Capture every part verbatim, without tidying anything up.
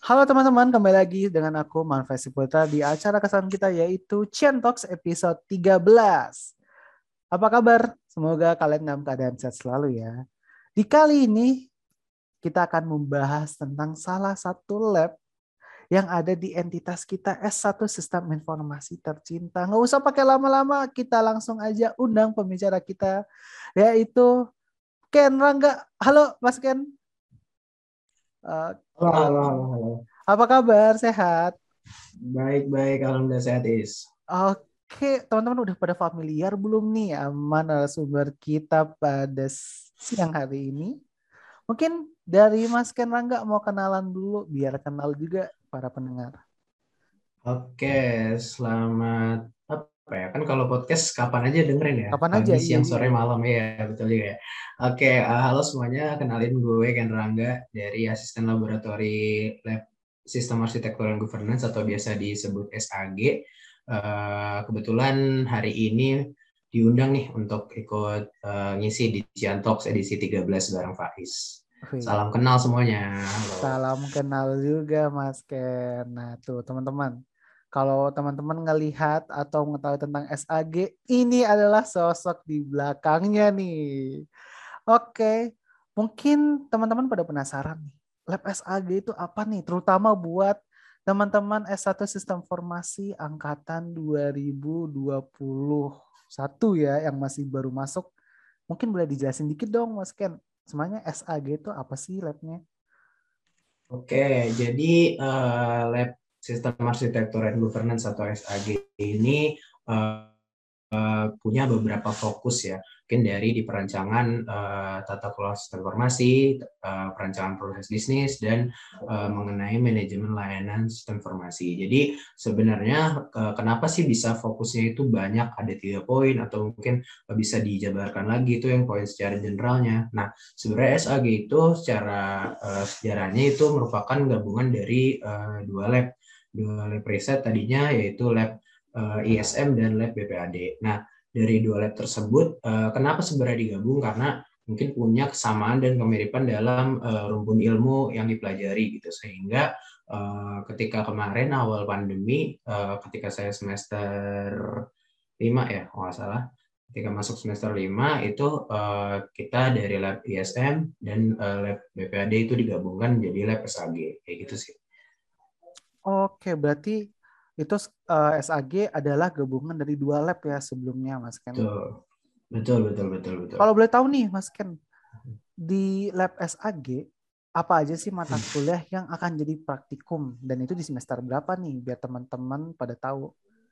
Halo teman-teman, kembali lagi dengan aku Manfresi Putra di acara kesayangan kita yaitu Cian Talks episode tiga belas. Apa kabar? Semoga kalian dalam keadaan sehat selalu ya. Di kali ini kita akan membahas tentang salah satu lab yang ada di entitas kita S satu Sistem Informasi Tercinta. Nggak usah pakai lama-lama, kita langsung aja undang pembicara kita yaitu Ken Rangga. Halo Mas Ken. Eh, Halo, halo, halo, halo. apa kabar? Sehat? Baik-baik, alhamdulillah sehat, Is. Oke, teman-teman udah pada familiar belum nih sama narasumber kita pada siang hari ini? Mungkin dari Mas Ken Rangga mau kenalan dulu biar kenal juga para pendengar. Oke, selamat apa ya? Kan kalau podcast kapan aja dengerin ya, Kapan aja? pagi, Iya, siang, iya, sore, iya. malam ya, betul juga ya. Oke, eh, halo semuanya, kenalin gue Ken Rangga dari Asisten Laboratori Lab Sistem Arsitektur dan Governance atau biasa disebut S A G. Eh, kebetulan hari ini diundang nih untuk ikut eh, ngisi di Cian Talks edisi tiga belas bareng Faiz. Wih, Salam kenal semuanya. Halo. salam kenal juga Mas Ken. Nah tuh teman-teman, kalau teman-teman ngelihat atau mengetahui tentang S A G, ini adalah sosok di belakangnya nih. Oke, mungkin teman-teman pada penasaran nih, Lab S A G itu apa nih? Terutama buat teman-teman S satu Sistem Formasi Angkatan dua ribu dua puluh satu ya, yang masih baru masuk. Mungkin boleh dijelasin dikit dong, Mas Ken. Sebenarnya S A G itu apa sih labnya? Oke, jadi eh, Lab Sistem Arsitektur and Governance atau S A G ini eh, punya beberapa fokus ya, mungkin dari di perancangan uh, tata kelola sistem informasi, uh, perancangan proses bisnis, dan uh, mengenai manajemen layanan sistem informasi. Jadi sebenarnya uh, kenapa sih bisa fokusnya itu banyak, ada tiga poin atau mungkin bisa dijabarkan lagi itu yang poin secara generalnya. Nah, sebenarnya S A G itu secara uh, sejarahnya itu merupakan gabungan dari uh, dua lab, dua lab riset tadinya yaitu lab I S M dan lab B P A D. Nah, dari dua lab tersebut, kenapa sebenarnya digabung? Karena mungkin punya kesamaan dan kemiripan dalam rumpun ilmu yang dipelajari gitu. Sehingga ketika kemarin awal pandemi, ketika saya semester lima ya, kalau nggak salah, ketika masuk semester lima itu kita dari lab I S M dan lab B P A D itu digabungkan menjadi lab S A G. Kayak gitu sih. Oke, berarti itu eh, S A G adalah gabungan dari dua lab ya sebelumnya, Mas Ken. Betul, betul, betul, betul, betul. Kalau boleh tahu nih, Mas Ken, di lab S A G apa aja sih mata kuliah yang akan jadi praktikum dan itu di semester berapa nih biar teman-teman pada tahu.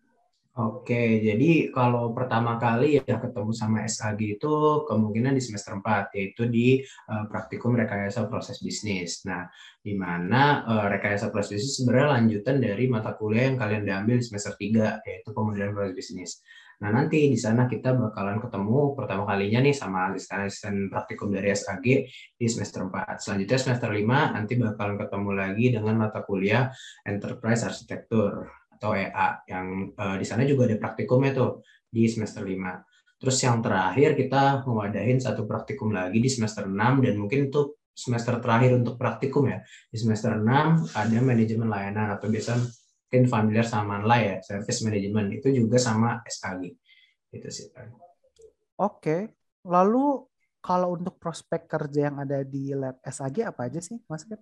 Oke, jadi kalau pertama kali ya ketemu sama S A G itu kemungkinan di semester empat, yaitu di uh, praktikum rekayasa proses bisnis. Nah, di mana uh, rekayasa proses bisnis sebenarnya lanjutan dari mata kuliah yang kalian diambil di semester tiga, yaitu pemodelan proses bisnis. Nah, nanti di sana kita bakalan ketemu pertama kalinya nih sama asisten-asisten praktikum dari S A G di semester empat. Selanjutnya semester lima nanti bakalan ketemu lagi dengan mata kuliah Enterprise Arsitektur atau E A yang uh, di sana juga ada praktikumnya tuh di semester lima. Terus yang terakhir kita mewadahin satu praktikum lagi di semester enam dan mungkin itu semester terakhir untuk praktikum ya. Di semester enam ada manajemen layanan atau biasa mungkin familiar sama lah ya, service management itu juga sama S A G. Itu sih. Oke, lalu kalau untuk prospek kerja yang ada di lab S A G apa aja sih, Mas Ken?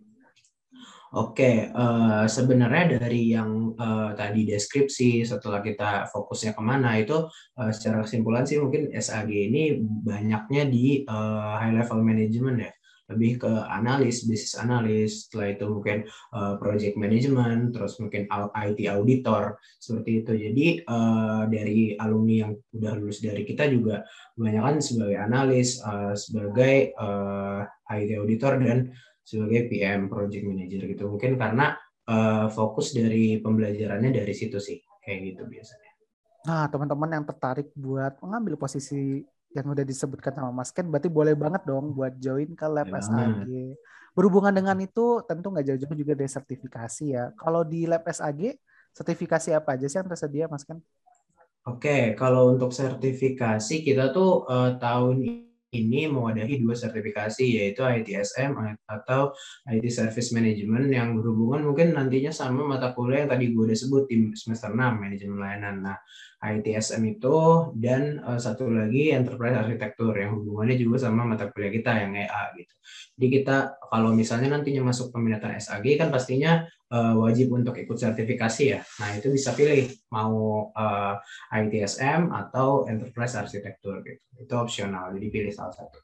Oke, uh, sebenarnya dari yang uh, tadi deskripsi setelah kita fokusnya kemana itu uh, secara kesimpulan sih mungkin S A G ini banyaknya di uh, high level management ya, lebih ke analis, business analis, setelah itu mungkin uh, project management, terus mungkin I T auditor seperti itu. Jadi uh, dari alumni yang udah lulus dari kita juga kebanyakan sebagai analis, uh, sebagai uh, I T auditor dan sebagai P M project manager gitu mungkin karena uh, fokus dari pembelajarannya dari situ sih kayak gitu biasanya. Nah, teman-teman yang tertarik buat mengambil posisi yang udah disebutkan sama Mas Ken, berarti boleh banget dong buat join ke lab Ya S A G. banget. Berhubungan dengan itu, tentu nggak jauh-jauh juga dari sertifikasi ya. Kalau di lab S A G, sertifikasi apa aja sih yang tersedia, Mas Ken? Oke, kalau untuk sertifikasi kita tuh uh, tahun ini mewadahi dua sertifikasi, yaitu I T S M atau I T Service Management, yang berhubungan mungkin nantinya sama mata kuliah yang tadi gue udah sebut di semester enam, manajemen layanan. Nah, I T S M itu, dan uh, satu lagi Enterprise Architecture, yang hubungannya juga sama mata kuliah kita yang E A gitu. Jadi kita kalau misalnya nantinya masuk peminatan S A G kan pastinya uh, wajib untuk ikut sertifikasi ya. Nah, itu bisa pilih mau uh, I T S M atau Enterprise Architecture gitu. Itu opsional, jadi pilih salah satu.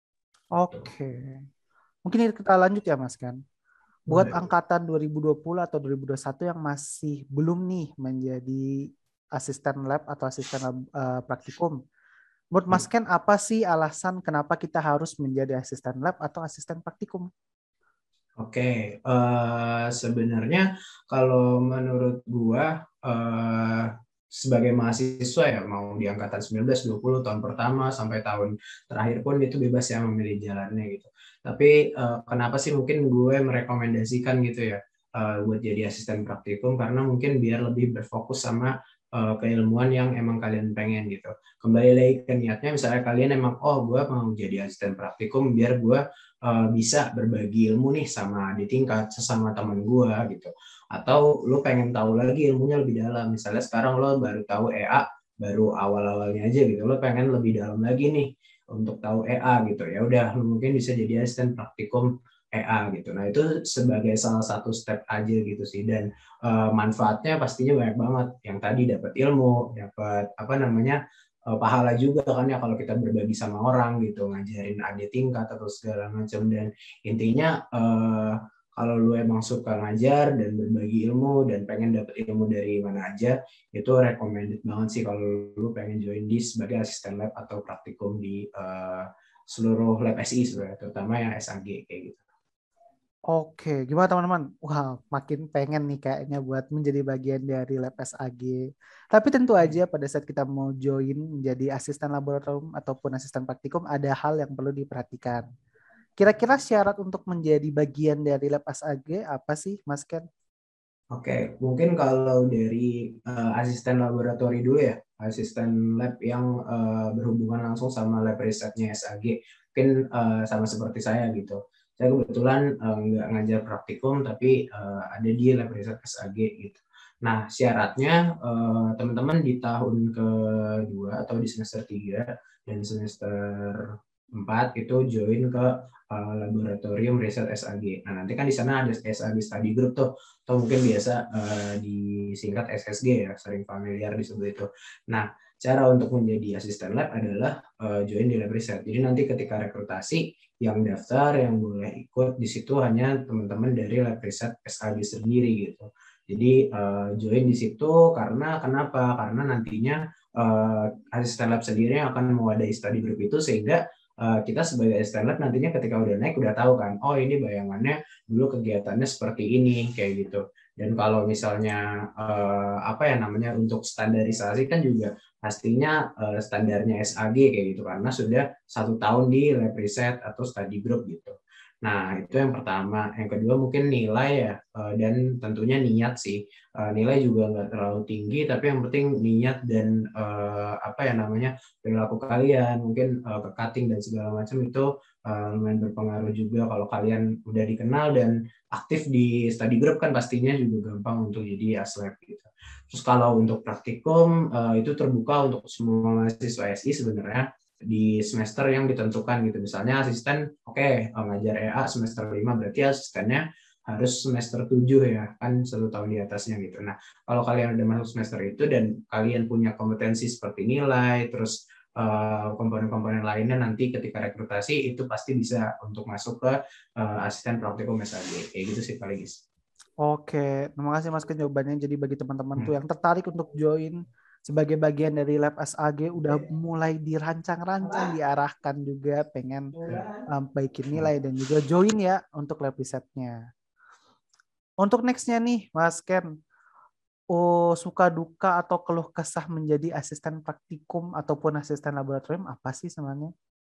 Oke. Mungkin kita lanjut ya Mas kan. Buat Boleh. angkatan dua ribu dua puluh atau dua ribu dua puluh satu yang masih belum nih menjadi asisten lab atau asisten lab, uh, praktikum. Menurut Mas Ken, apa sih alasan kenapa kita harus menjadi asisten lab atau asisten praktikum? Oke, uh, sebenarnya kalau menurut gua uh, sebagai mahasiswa ya, mau di angkatan sembilan belas, dua puluh tahun pertama sampai tahun terakhir pun itu bebas ya memilih jalannya gitu. Tapi uh, kenapa sih mungkin gue merekomendasikan gitu ya uh, buat jadi asisten praktikum, karena mungkin biar lebih berfokus sama uh, keilmuan yang emang kalian pengen gitu. Kembali lagi ke niatnya, misalnya kalian emang oh gue mau jadi asisten praktikum biar gue uh, bisa berbagi ilmu nih sama di tingkat sesama teman gue gitu, atau lo pengen tahu lagi ilmunya lebih dalam, misalnya sekarang lo baru tahu E A baru awal-awalnya aja gitu, lo pengen lebih dalam lagi nih untuk tahu E A gitu, ya udah lo mungkin bisa jadi asisten praktikum E A gitu. Nah, itu sebagai salah satu step aja gitu sih, dan uh, manfaatnya pastinya banyak banget, yang tadi dapat ilmu, dapat apa namanya uh, pahala juga kan ya kalau kita berbagi sama orang gitu, ngajarin adik tingkat atau segala macam. Dan intinya uh, kalau lu emang suka ngajar dan berbagi ilmu dan pengen dapet ilmu dari mana aja, itu recommended banget sih kalau lu pengen join di sebagai asisten lab atau praktikum di uh, seluruh lab S I sebenarnya, terutama yang S A G kayak gitu. Oke, gimana teman-teman? Wah, makin pengen nih kayaknya buat menjadi bagian dari lab S A G. Tapi tentu aja pada saat kita mau join menjadi asisten laboratorium ataupun asisten praktikum, ada hal yang perlu diperhatikan. Kira-kira syarat untuk menjadi bagian dari lab S A G apa sih, Mas Ken? Oke, mungkin kalau dari uh, asisten laboratori dulu ya, asisten lab yang uh, berhubungan langsung sama lab risetnya S A G, mungkin uh, sama seperti saya gitu. Saya kebetulan uh, nggak ngajar praktikum, tapi uh, ada di lab riset S A G gitu. Nah, syaratnya uh, teman-teman di tahun kedua atau di semester tiga dan semester empat itu join ke uh, laboratorium riset S A G. Nah, nanti kan di sana ada S A G study group tuh, atau mungkin biasa uh, disingkat S S G ya, sering familiar disebut itu. Nah, cara untuk menjadi asisten lab adalah uh, join di lab riset. Jadi nanti ketika rekrutasi, yang daftar, yang boleh ikut di situ hanya teman-teman dari lab riset S A G sendiri gitu. Jadi uh, join di situ karena kenapa? Karena nantinya uh, asisten lab sendiri yang akan mewadahi study group itu, sehingga uh, kita sebagai asisten lab nantinya ketika udah naik udah tahu kan, oh ini bayangannya dulu kegiatannya seperti ini kayak gitu. Dan kalau misalnya uh, apa ya namanya untuk standarisasi kan juga pastinya uh, standarnya S A G kayak gitu, karena sudah satu tahun di lab riset atau study group gitu. Nah, itu yang pertama. Yang kedua mungkin nilai ya, uh, dan tentunya niat sih. Uh, nilai juga nggak terlalu tinggi, tapi yang penting niat dan uh, apa ya namanya perilaku kalian, mungkin uh, ke cutting dan segala macam itu uh, lumayan berpengaruh juga. Kalau kalian udah dikenal dan aktif di study group kan pastinya juga gampang untuk jadi aslab gitu. Terus kalau untuk praktikum uh, itu terbuka untuk semua mahasiswa S I sebenarnya di semester yang ditentukan gitu. Misalnya asisten, oke okay, ngajar E A semester lima, berarti asistennya harus semester tujuh ya, kan satu tahun di atasnya gitu. Nah, kalau kalian udah masuk semester itu dan kalian punya kompetensi seperti nilai, terus uh, komponen-komponen lainnya nanti ketika rekrutasi itu pasti bisa untuk masuk ke uh, asisten praktikum S A G. Kayak gitu sih paling guys. Oke, terima kasih Mas Ken jawabannya. Jadi bagi teman-teman Hmm. tuh yang tertarik untuk join sebagai bagian dari lab S A G udah mulai dirancang-rancang, diarahkan juga pengen um, baikin nilai dan juga join ya untuk lab risetnya. Untuk nextnya nih Mas Ken, oh, suka duka atau keluh kesah menjadi asisten praktikum ataupun asisten laboratorium apa sih sebenarnya?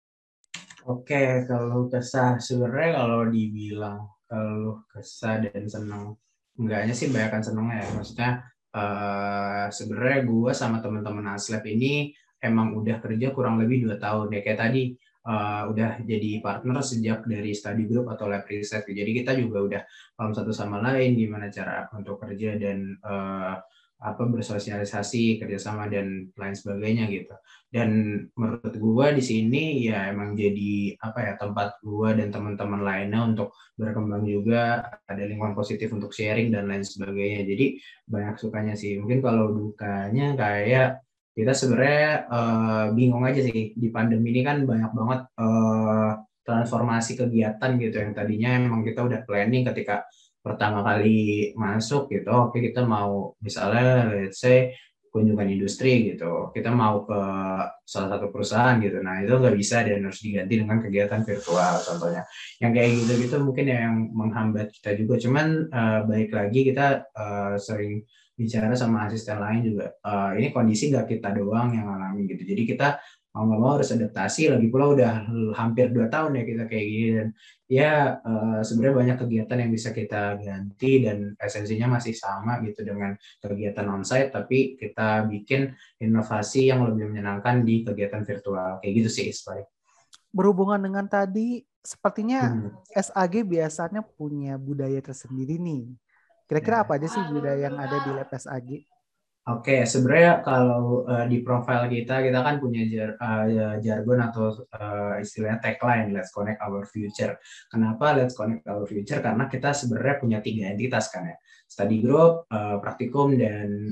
Oke, kalau kesah sebenarnya kalau dibilang kalau kesah dan senang, enggaknya sih banyak senangnya ya. Maksudnya uh, sebenarnya gue sama teman-teman aslab ini emang udah kerja kurang lebih dua tahun ya. Kayak tadi uh, udah jadi partner sejak dari study group atau lab riset. Jadi kita juga udah paham satu sama lain gimana cara untuk kerja dan uh, apa bersosialisasi, kerjasama dan lain sebagainya gitu. Dan menurut gua di sini ya emang jadi apa ya tempat gua dan teman-teman lainnya untuk berkembang juga, ada lingkungan positif untuk sharing dan lain sebagainya. Jadi banyak sukanya sih. Mungkin kalau dukanya kayak kita sebenarnya uh, bingung aja sih di pandemi ini kan banyak banget uh, transformasi kegiatan gitu yang tadinya emang kita udah planning ketika pertama kali masuk gitu, oke kita mau misalnya let's say kunjungan industri gitu, kita mau ke salah satu perusahaan gitu, nah itu nggak bisa dan harus diganti dengan kegiatan virtual contohnya. Yang kayak gitu-gitu mungkin yang menghambat kita juga, cuman uh, balik lagi kita uh, sering bicara sama asisten lain juga, uh, ini kondisi nggak kita doang yang alami gitu, jadi kita mau nggak mau harus adaptasi, lagi pula udah hampir dua tahun ya kita kayak gini, dan ya uh, sebenarnya banyak kegiatan yang bisa kita ganti dan esensinya masih sama gitu dengan kegiatan onsite, tapi kita bikin inovasi yang lebih menyenangkan di kegiatan virtual kayak gitu sih Ispai. Berhubungan dengan tadi, sepertinya Hmm. S A G biasanya punya budaya tersendiri nih. Kira-kira apa aja sih budaya yang ada di lab S A G? Oke, sebenarnya kalau uh, di profile kita, kita kan punya jar, uh, jargon atau uh, istilahnya tagline, Let's Connect Our Future. Kenapa Let's Connect Our Future? Karena kita sebenarnya punya tiga entitas kan ya. Study group, uh, praktikum, dan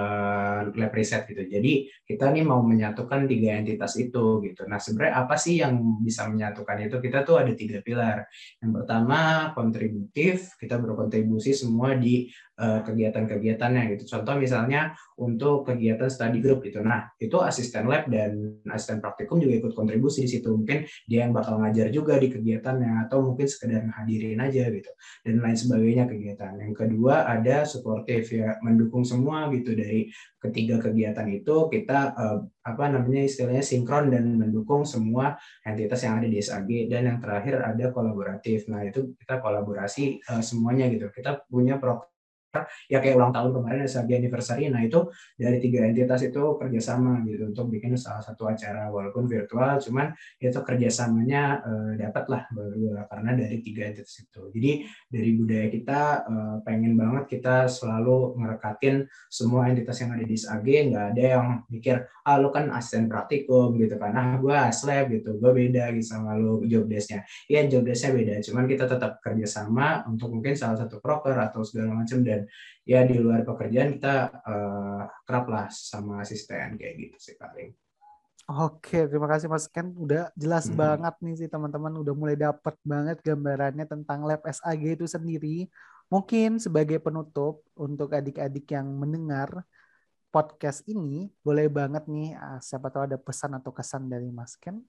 uh, lab riset gitu. Jadi kita nih mau menyatukan tiga entitas itu gitu. Nah sebenarnya apa sih yang bisa menyatukan itu? Kita tuh ada tiga pilar. Yang pertama kontributif, kita berkontribusi semua di uh, kegiatan-kegiatannya gitu. Contoh misalnya untuk kegiatan study group gitu. Nah, itu asisten lab dan asisten praktikum juga ikut kontribusi di situ. Mungkin dia yang bakal ngajar juga di kegiatannya atau mungkin sekedar ngehadirin aja gitu. Dan lain sebagainya kegiatan. Yang kedua ada suportif ya, mendukung semua gitu dari ketiga kegiatan itu kita eh, apa namanya istilahnya sinkron dan mendukung semua entitas yang ada di S A G. Dan yang terakhir ada kolaboratif. Nah, itu kita kolaborasi eh, semuanya gitu. Kita punya program ya kayak ulang tahun kemarin S A G anniversary, nah itu dari tiga entitas itu kerjasama gitu untuk bikin salah satu acara walaupun virtual, cuman itu kerjasamanya eh, dapat lah karena dari tiga entitas itu. Jadi dari budaya kita eh, pengen banget kita selalu ngerekatin semua entitas yang ada di S A G, nggak ada yang mikir ah lu kan asisten praktikum gitu kan, ah gue aslab gitu, gue beda gitu sama lu job desk-nya. Iya job desk-nya beda, cuman kita tetap kerjasama untuk mungkin salah satu proker atau segala macam, dan ya di luar pekerjaan kita uh, kerap lah sama asisten kayak gitu sih paling. Oke, terima kasih Mas Ken. Udah jelas Mm-hmm. banget nih sih teman-teman. Udah mulai dapat banget gambarannya tentang lab S A G itu sendiri. Mungkin sebagai penutup untuk adik-adik yang mendengar podcast ini, boleh banget nih, siapa tahu ada pesan atau kesan dari Mas Ken.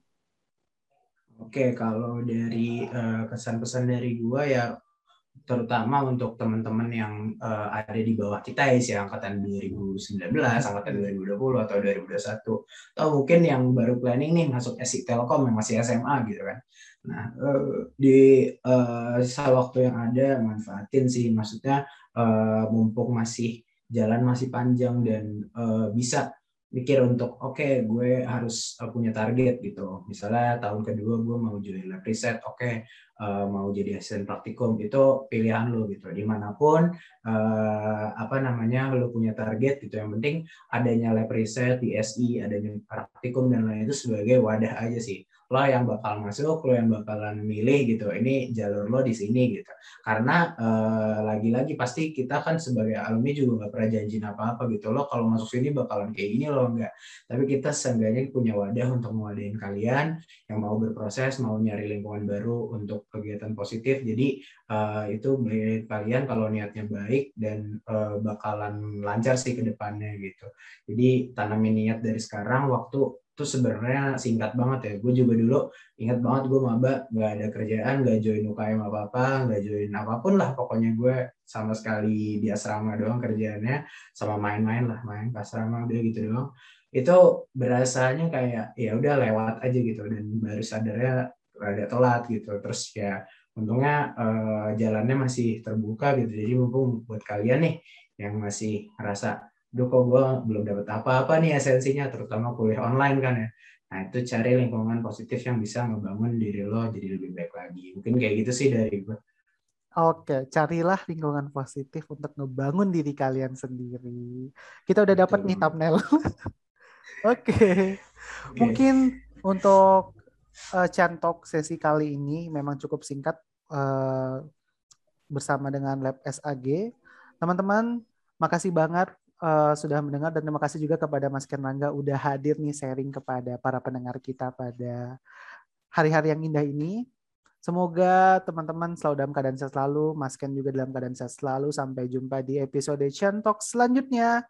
Oke, kalau dari uh, kesan-pesan dari gua ya terutama untuk teman-teman yang uh, ada di bawah kita ya, si angkatan dua ribu sembilan belas, angkatan dua ribu dua puluh atau dua ribu dua puluh satu, atau mungkin yang baru planning nih masuk S I Telkom yang masih S M A gitu kan. Nah, uh, di uh, sisa waktu yang ada manfaatin sih, maksudnya uh, mumpung masih jalan masih panjang dan uh, bisa mikir untuk oke okay, gue harus uh, punya target gitu. Misalnya tahun kedua gue mau join lab riset, oke okay, uh, mau jadi asisten praktikum, itu pilihan lo gitu. Dimanapun uh, apa namanya lo punya target gitu. Yang penting adanya lab riset di S I, adanya praktikum dan lain itu sebagai wadah aja sih. Lo yang bakal masuk, lo yang bakalan milih gitu. Ini jalur lo di sini gitu. Karena uh, lagi-lagi pasti kita kan sebagai alumni juga nggak pernah janjiin apa-apa gitu. Lo kalau masuk sini bakalan kayak gini lo enggak. Tapi kita seenggaknya punya wadah untuk mewadahin kalian yang mau berproses, mau nyari lingkungan baru untuk kegiatan positif. Jadi uh, itu bagi kalian kalau niatnya baik dan uh, bakalan lancar sih ke depannya gitu. Jadi tanamin niat dari sekarang, waktu itu sebenarnya singkat banget ya. Gue juga dulu ingat banget gue maba nggak ada kerjaan, nggak join U K M apa-apa, nggak join apapun lah. Pokoknya gue sama sekali di asrama doang kerjaannya, sama main-main lah, main ke asrama udah gitu doang. Itu berasanya kayak ya udah lewat aja gitu, dan baru sadarnya rada telat gitu. Terus ya untungnya eh, jalannya masih terbuka gitu. Jadi mumpung buat kalian nih yang masih ngerasa duh kok gue belum dapat apa-apa nih esensinya, terutama kuliah online kan ya. Nah, itu cari lingkungan positif yang bisa ngebangun diri lo jadi lebih baik lagi. Mungkin kayak gitu sih dari gue. Oke, carilah lingkungan positif untuk ngebangun diri kalian sendiri. Kita udah dapat Betul nih banget. thumbnail. Oke, Oke. mungkin untuk uh, Chantok sesi kali ini memang cukup singkat uh, bersama dengan Lab S A G. Teman-teman, makasih banget uh, sudah mendengar dan terima kasih juga kepada Mas Ken Rangga udah hadir nih sharing kepada para pendengar kita pada hari-hari yang indah ini. Semoga teman-teman selalu dalam keadaan sehat selalu, Mas Ken juga dalam keadaan sehat selalu. Sampai jumpa di episode Chantok selanjutnya.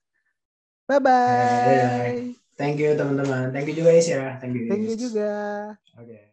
Eh, ya. Bye-bye. Thank you teman-teman. Thank you juga Is ya. Thank you Thank you Is. juga. Oke.